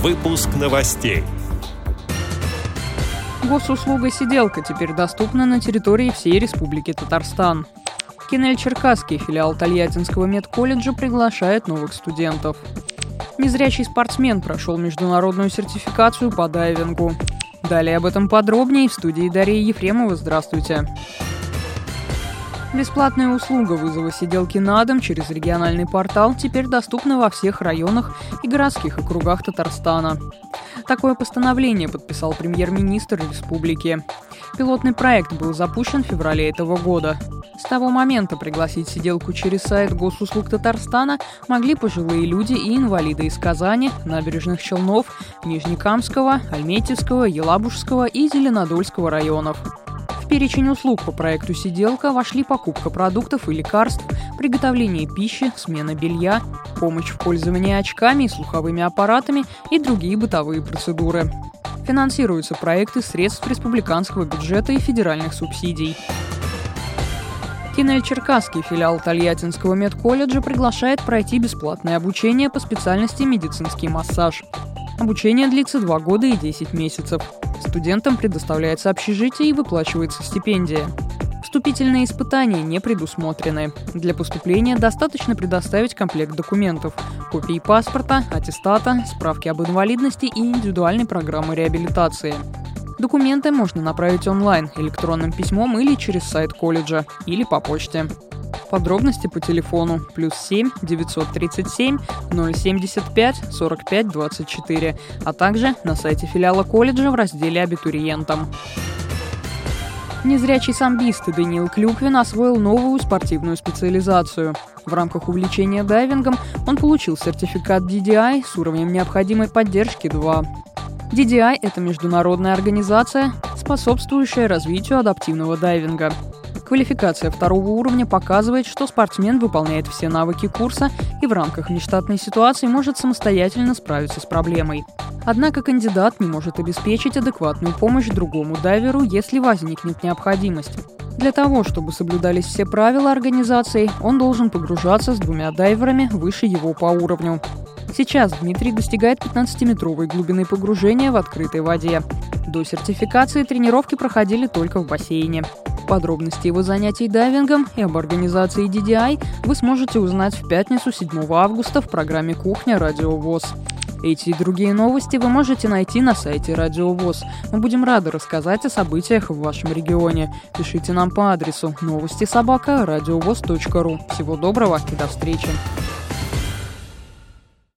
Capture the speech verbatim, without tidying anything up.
Выпуск новостей. Госуслуга «Сиделка» теперь доступна на территории всей Республики Татарстан. Кинель-Черкасский филиал Тольяттинского медколледжа приглашает новых студентов. Незрячий спортсмен прошел международную сертификацию по дайвингу. Далее об этом подробнее в студии Дарья Ефремова. Здравствуйте. Бесплатная услуга вызова сиделки на дом через региональный портал теперь доступна во всех районах и городских округах Татарстана. Такое постановление подписал премьер-министр республики. Пилотный проект был запущен в феврале этого года. С того момента пригласить сиделку через сайт Госуслуг Татарстана могли пожилые люди и инвалиды из Казани, Набережных Челнов, Нижнекамского, Альметьевского, Елабужского и Зеленодольского районов. В перечень услуг по проекту «Сиделка» вошли покупка продуктов и лекарств, приготовление пищи, смена белья, помощь в пользовании очками и слуховыми аппаратами и другие бытовые процедуры. Финансируются проекты средств республиканского бюджета и федеральных субсидий. Кинель-Черкасский филиал Тольяттинского медколледжа приглашает пройти бесплатное обучение по специальности медицинский массаж. Обучение длится два года и десять месяцев. Студентам предоставляется общежитие и выплачивается стипендия. Вступительные испытания не предусмотрены. Для поступления достаточно предоставить комплект документов: копии паспорта, аттестата, справки об инвалидности и индивидуальной программы реабилитации. Документы можно направить онлайн, электронным письмом или через сайт колледжа, или по почте. Подробности по телефону плюс семь девятьсот тридцать семь ноль семьдесят пять сорок пять двадцать четыре, а также на сайте филиала колледжа в разделе «Абитуриентам». Незрячий самбист Даниил Клюквин освоил новую спортивную специализацию. В рамках увлечения дайвингом он получил сертификат ди ди ай с уровнем необходимой поддержки два. ди ди ай – это международная организация, способствующая развитию адаптивного дайвинга. Квалификация второго уровня показывает, что спортсмен выполняет все навыки курса и в рамках внештатной ситуации может самостоятельно справиться с проблемой. Однако кандидат не может обеспечить адекватную помощь другому дайверу, если возникнет необходимость. Для того, чтобы соблюдались все правила организации, он должен погружаться с двумя дайверами выше его по уровню. Сейчас Дмитрий достигает пятнадцатиметровой глубины погружения в открытой воде. До сертификации тренировки проходили только в бассейне. Подробности его занятий дайвингом и об организации ди ди ай вы сможете узнать в пятницу седьмого августа в программе «Кухня Радио ВОС». Эти и другие новости вы можете найти на сайте Радио ВОС. Мы будем рады рассказать о событиях в вашем регионе. Пишите нам по адресу новости собака радиовос точка ру. Всего доброго и до встречи!